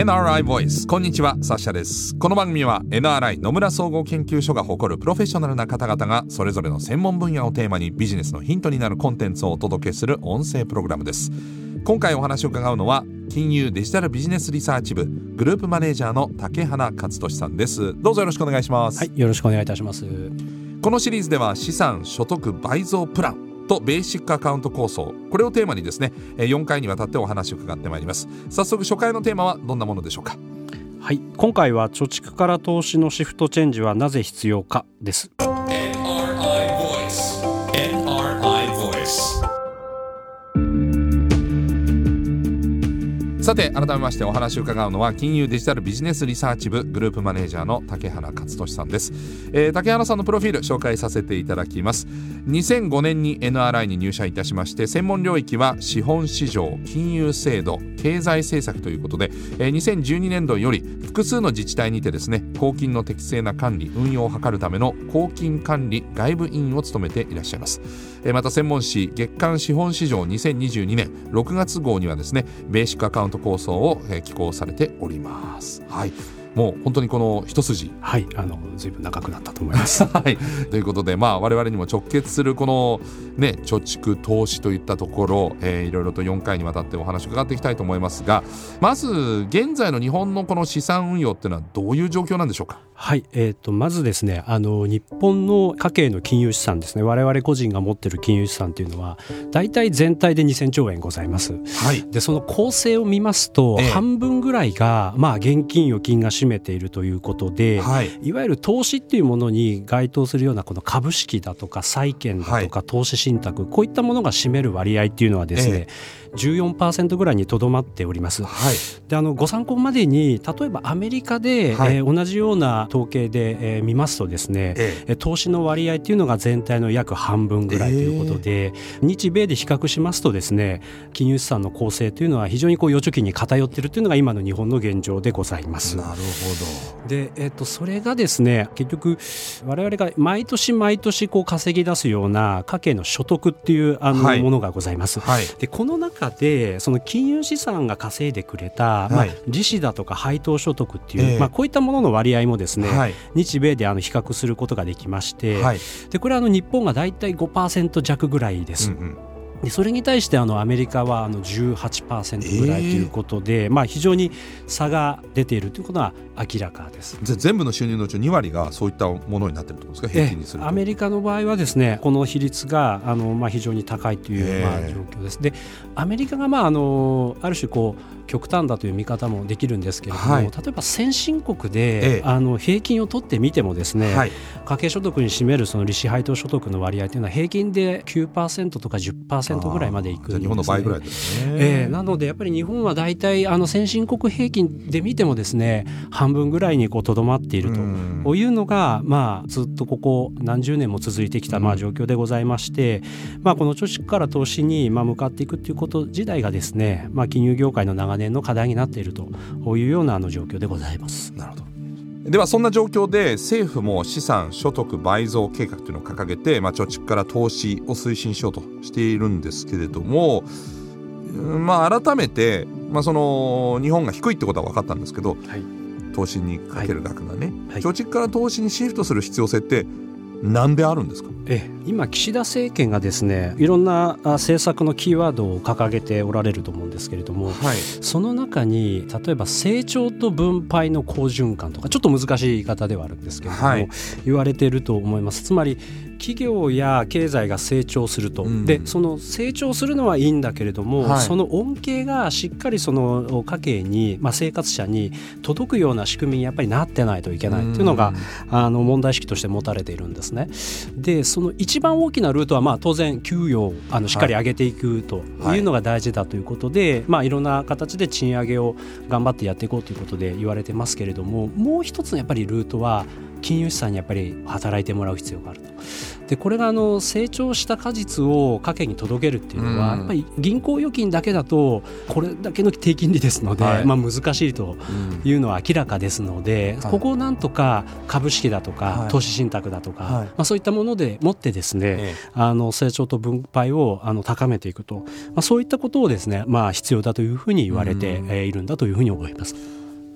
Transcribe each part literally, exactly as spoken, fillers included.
エヌアールアイ Voice。 こんにちは、サッシャです。この番組は エヌアールアイ 野村総合研究所が誇るプロフェッショナルな方々がそれぞれの専門分野をテーマにビジネスのヒントになるコンテンツをお届けする音声プログラムです。今回お話を伺うのは金融デジタルビジネスリサーチ部グループマネージャーの竹花勝利さんです。どうぞよろしくお願いします。 はい、よろしくお願いいたします。 このシリーズでは資産所得倍増プランとベーシックアカウント構想、これをテーマにですねよんかいにわたってお話を伺ってまいります。早速初回のテーマはどんなものでしょうか。 はい、今回は貯蓄から投資のシフトチェンジはなぜ必要かです。 エヌアールアイ Voice エヌアールアイ Voice。 さて改めましてお話を伺うのは金融デジタルビジネスリサーチ部グループマネージャーの竹花勝利さんです。えー、竹花さんのプロフィール紹介させていただきます。にせんごねんに エヌアールアイ に入社いたしまして、専門領域は資本市場、金融制度、経済政策ということで、えー、にせんじゅうにねんどより複数の自治体にてですね公金の適正な管理運用を図るための公金管理外部委員を務めていらっしゃいます。えー、また専門誌月刊資本市場にせんにじゅうにねんろくがつ号にはですねベーシックアカウント構想を、えー、寄稿されております。はい、もう本当にこの一筋、 はい、あの随分長くなったと思います。 はい、ということで、まあ、我々にも直結するこの、ね、貯蓄投資といったところ、えー、いろいろとよんかいにわたってお話を伺っていきたいと思いますが、まず現在の日本のこの資産運用っていうのはどういう状況なんでしょうか。 はい、えー、とまずですねあの日本の家計の金融資産ですね、我々個人が持っている金融資産というのはだいたい全体でにせんちょうえんございます。はい、でその構成を見ますと、ええ、半分ぐらいが、まあ、現金預金が占めているということで、はい、いわゆる投資っていうものに該当するようなこの株式だとか債券だとか、はい、投資信託、こういったものが占める割合っていうのはですね、ええじゅうよんパーセント ぐらいにとどまっております。はい、であのご参考までに例えばアメリカで、はいえー、同じような統計で、えー、見ますとですね、ええ、投資の割合というのが全体の約半分ぐらいということで、えー、日米で比較しますとですね金融資産の構成というのは非常にこう預貯金に偏っているというのが今の日本の現状でございます。 なるほど。 で、えー、とそれがですね結局我々が毎年毎年こう稼ぎ出すような家計の所得っていうあの、はい、ものがございます。はい、でこの中でその金融資産が稼いでくれた、はいまあ、利子だとか配当所得っていう、えーまあ、こういったものの割合もですね、はい、日米であの比較することができまして、はい、でこれはあの日本がだいたい ごパーセント 弱ぐらいです。うんうんでそれに対してあのアメリカはあの じゅうはちパーセント ぐらいということで、えーまあ、非常に差が出ているということは明らかです。 全部の収入のうちに割がそういったものになっているということですか、平均にすると。 アメリカの場合はですねこの比率があの、まあ、非常に高いという、まあ、状況です。でアメリカが、まあ、あのある種こう極端だという見方もできるんですけれども、はい、例えば先進国で、ええ、あの平均を取ってみてもですね、はい、家計所得に占めるその利子配当所得の割合というのは平均で きゅうパーセント とか じゅっパーセント ぐらいまでいくんですね。 日本の倍ぐらいですね。 えー、なのでやっぱり日本はだいたいあの先進国平均で見てもですね半分ぐらいにこうとどまっているというのが、まあ、ずっとここ何十年も続いてきたまあ状況でございまして、まあ、この貯蓄から投資にまあ向かっていくということ自体がですね、まあ、金融業界の長年の課題になっているというようなあの状況でございます。 なるほど。ではそんな状況で政府も資産所得倍増計画というのを掲げて、まあ、貯蓄から投資を推進しようとしているんですけれども、まあ、改めて、まあ、その日本が低いってことは分かったんですけど、はい、投資にかける額がね、はいはい、貯蓄から投資にシフトする必要性ってなんであるんですか。 え今岸田政権がですねいろんな政策のキーワードを掲げておられると思うんですけれども、はい、その中に例えば成長と分配の好循環とかちょっと難しい言い方ではあるんですけれども、はい、言われていると思います。つまり企業や経済が成長すると、うん、でその成長するのはいいんだけれども、はい、その恩恵がしっかりその家計に、まあ、生活者に届くような仕組みにやっぱりなってないといけないというのが、うん、あの問題意識として持たれているんですね。でその一番大きなルートはまあ当然給与をあのしっかり上げていくというのが大事だということで、はいまあ、いろんな形で賃上げを頑張ってやっていこうということで言われてますけれども、もう一つのやっぱりルートは金融資産にやっぱり働いてもらう必要があると。でこれがあの成長した果実を家計に届けるっていうのは、うん、やっぱり銀行預金だけだとこれだけの低金利ですので、はいまあ、難しいというのは明らかですので、うん、ここをなんとか株式だとか、はい、投資信託だとか、はいまあ、そういったものでもってですね、ええ、あの成長と分配をあの高めていくと、まあ、そういったことをですね、まあ、必要だというふうに言われているんだというふうに思います。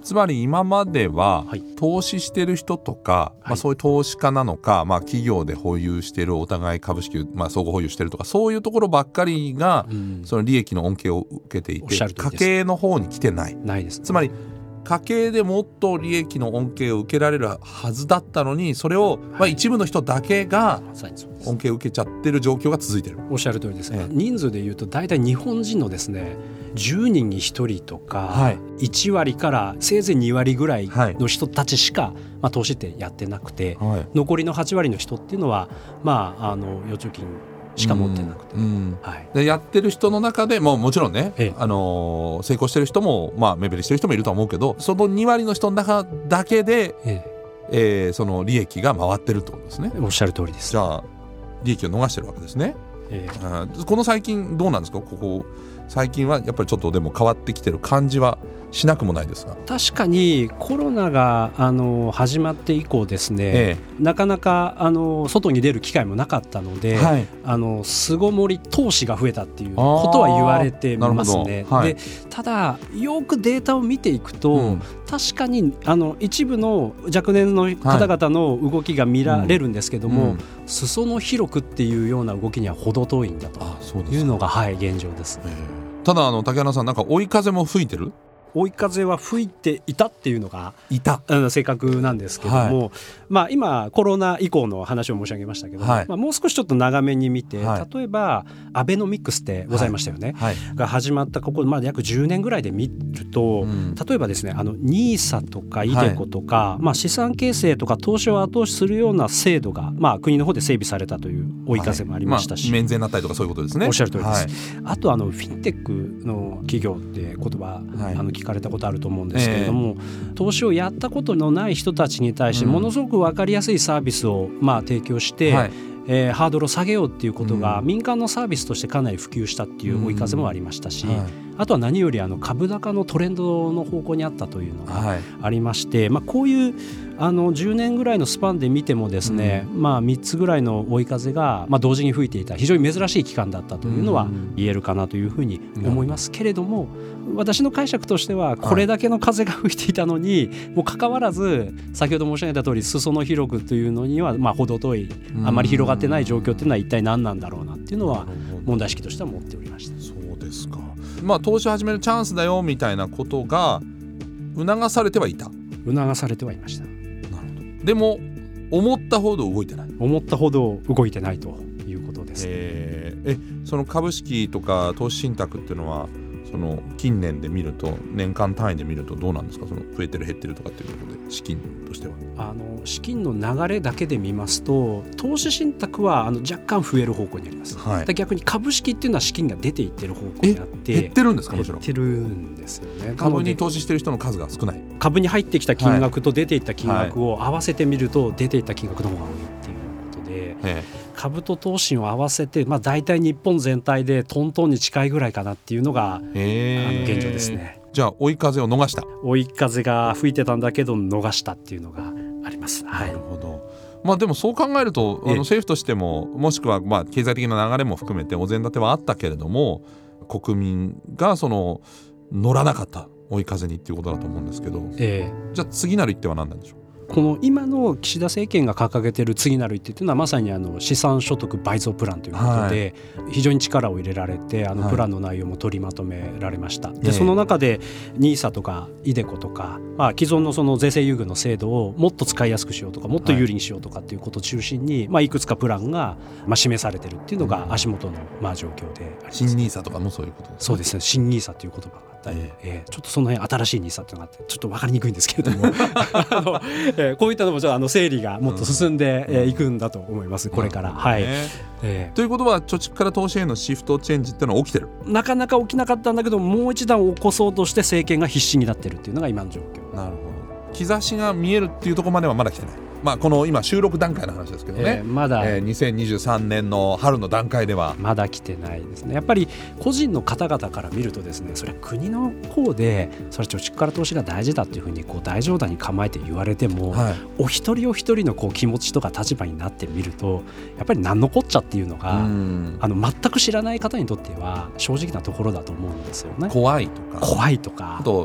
つまり今までは、 はい、 投資してる人とか、はい、まあ、そういう投資家なのか、まあ、企業で保有してるお互い株式、まあ、相互保有してるとかそういうところばっかりが、うん、その利益の恩恵を受けていて家計の方に来てないないです、ね、 つまり家計でもっと利益の恩恵を受けられるはずだったのにそれを、まあ、一部の人だけが恩恵を受けちゃってる状況が続いてる。 おっしゃる通りです、ね、人数でいうと大体日本人のですねじゅうにんにひとりとか、はい、いちわりからせいぜいにわりぐらいの人たちしか、はいまあ、投資ってやってなくて、はい、残りのはちわりの人っていうのは、まあ、あの預貯金しか持ってなくて、うんうんはい、でやってる人の中でももちろんね、ええあのー、成功してる人も、まあ、目減りしてる人もいると思うけどそのにわりの人の中だけで、えええー、その利益が回ってるってことですね。 おっしゃる通りです。 じゃあ利益を逃してるわけですね、ええ、あこの最近どうなんですか。ここ最近はやっぱりちょっとでも変わってきてる感じはしなくもないですが確かにコロナがあの始まって以降ですね、ええ、なかなかあの外に出る機会もなかったので、はい、あの巣ごもり投資が増えたっていうことは言われてますね、はい、でただよくデータを見ていくと、うん、確かにあの一部の若年の方々の動きが見られるんですけども、はいうん、裾野広くっていうような動きには程遠いんだというのが、はい、現状です、えーただあの竹花さんなんか追い風も吹いてる追い風は吹いていたっていうのがいた正確なんですけども、はいまあ、今コロナ以降の話を申し上げましたけど、はいまあ、もう少しちょっと長めに見て、はい、例えばアベノミクスってございましたよね、はいはい、が始まったここまで約じゅうねんぐらいで見ると、うん、例えばですねあの ニーサ とかイデコとか、はいまあ、資産形成とか投資を後押しするような制度が、まあ、国の方で整備されたという追い風もありましたし、 はいまあ、免税になったりとかそういうことですね。 おっしゃる通りです、はい、あとあのフィンテックの企業って言葉、はい、あの聞かれたことあると思うんですけれども、えー、投資をやったことのない人たちに対してものすごく分かりやすいサービスをまあ提供して、はいえー、ハードルを下げようっていうことが民間のサービスとしてかなり普及したっていう追い風もありましたし、うんはい、あとは何よりあの株高のトレンドの方向にあったというのがありまして、はいまあ、こういうあのじゅうねんぐらいのスパンで見てもですね、うんまあ、みっつぐらいの追い風がまあ同時に吹いていた非常に珍しい期間だったというのは言えるかなというふうに思いますけれども、私の解釈としてはこれだけの風が吹いていたのにもかかわらず先ほど申し上げた通り裾野広くというのにはまあ程遠いあまり広がってない状況というのは一体何なんだろうなっていうのは問題意識としては持っておりました。 そうですか。まあ投資を始めるチャンスだよみたいなことが促されてはいた促されてはいました。 なるほど。でも思ったほど動いてない思ったほど動いてないということです。 えー、えその株式とか投資信託っていうのはその近年で見ると年間単位で見るとどうなんですか。その増えてる減ってるとかっていうことで資金としてはあの資金の流れだけで見ますと投資信託はあの若干増える方向にあります、はい、逆に株式っていうのは資金が出ていってる方向にあって減ってるんですか。もちろん減ってるんですよね。 株に投資してる人の数が少ない。 株に入ってきた金額と出ていった金額を合わせてみると出ていった金額の方が多いっていうことで、はい、株と投資を合わせて、まあ、大体日本全体でトントンに近いぐらいかなっていうのがあの現状ですね。 じゃあ追い風を逃した追い風が吹いてたんだけど逃したっていうのがあります、はい、 なるほど。まあ、でもそう考えるとあの政府としてももしくはまあ経済的な流れも含めてお膳立てはあったけれども国民がその乗らなかった追い風にっていうことだと思うんですけど、えー、じゃあ次なる一手は何なんでしょう。 この今の岸田政権が掲げている次なる一手というのはまさにあの資産所得倍増プランということで非常に力を入れられてあのプランの内容も取りまとめられました、はい、でその中で ニーサ とかイデコとか、まあ、既存のその税制優遇の制度をもっと使いやすくしようとかもっと有利にしようとかっていうことを中心に、まあ、いくつかプランがまあ示されているっていうのが足元のまあ状況であります。 新 ニーサ とかもそういうことですか。 そうですね。新 ニーサ という言葉があったり、えええー、ちょっとその辺新しい ニーサ っていうのがあってちょっと分かりにくいんですけれどもあの、えー、こういったのもちょっとあの整理がもっと進んでい、うん、くんだと思いますこれから、うんはいえー、 ということは貯蓄から投資へのシフトチェンジっていうのは起きてる。 なかなか起きなかったんだけどもう一段起こそうとして政権が必死になってるっていうのが今の状況。 なるほど。兆しが見えるっていうところまではまだ来てない。まあ、この今収録段階の話ですけどね、 えー、まだ、 えー、にせんにじゅうさんねんの春の段階ではまだ来てないですね。やっぱり個人の方々から見るとですねそれは国の方でそれ貯蓄から投資が大事だっていうふうにこう大冗談に構えて言われても、はい、お一人お一人のこう気持ちとか立場になってみるとやっぱり何のこっちゃっていうのがあの全く知らない方にとっては正直なところだと思うんですよね。 怖いとか怖いとかあと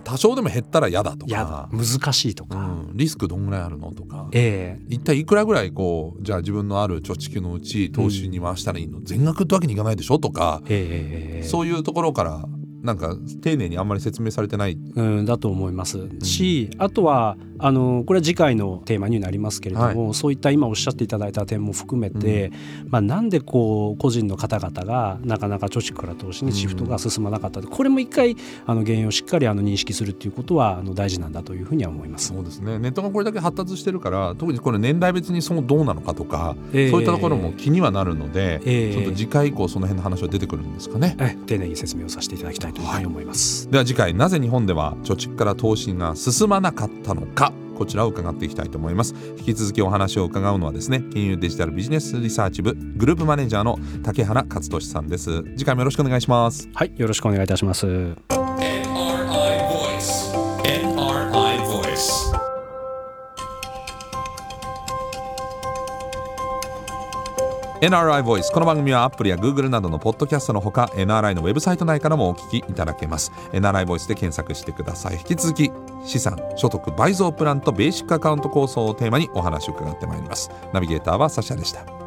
多少でも減ったら嫌だとか、 やだ難しいとか、 うん、リスクどんぐらいあるのとか、 えー、 一体いくらぐらいこうじゃあ自分のある貯蓄のうち投資に回したらいいの、うん、全額ってわけにいかないでしょとか、えー、そういうところからなんか丁寧にあんまり説明されてない、 うん、だと思いますし、うん、あとはあのこれは次回のテーマになりますけれども、はい、そういった今おっしゃっていただいた点も含めて、うんまあ、なんでこう個人の方々がなかなか貯蓄から投資にシフトが進まなかった、うん、これも一回あの原因をしっかりあの認識するっていうことはあの大事なんだというふうには思います。 そうですね、ネットがこれだけ発達してるから特にこれ年代別にそのどうなのかとか、えー、そういったところも気にはなるので、えー、ちょっと次回以降その辺の話は出てくるんですかね。 え丁寧に説明をさせていただきたいというふうに思います、 はい、では次回なぜ日本では貯蓄から投資が進まなかったのか、こちらを伺っていきたいと思います。引き続きお話を伺うのはですね、金融デジタルビジネスリサーチ部グループマネージャーの竹原勝利さんです。次回もよろしくお願いします。 はい、よろしくお願いいたします。 エヌアールアイ Voice エヌアールアイ Voice エヌアールアイ Voice、 この番組はアップルや Google などのポッドキャストのほか エヌアールアイ のウェブサイト内からもお聞きいただけます。 エヌアールアイ Voice で検索してください。引き続き資産所得倍増プランとベーシックアカウント構想をテーマにお話を伺ってまいります。ナビゲーターはサシャでした。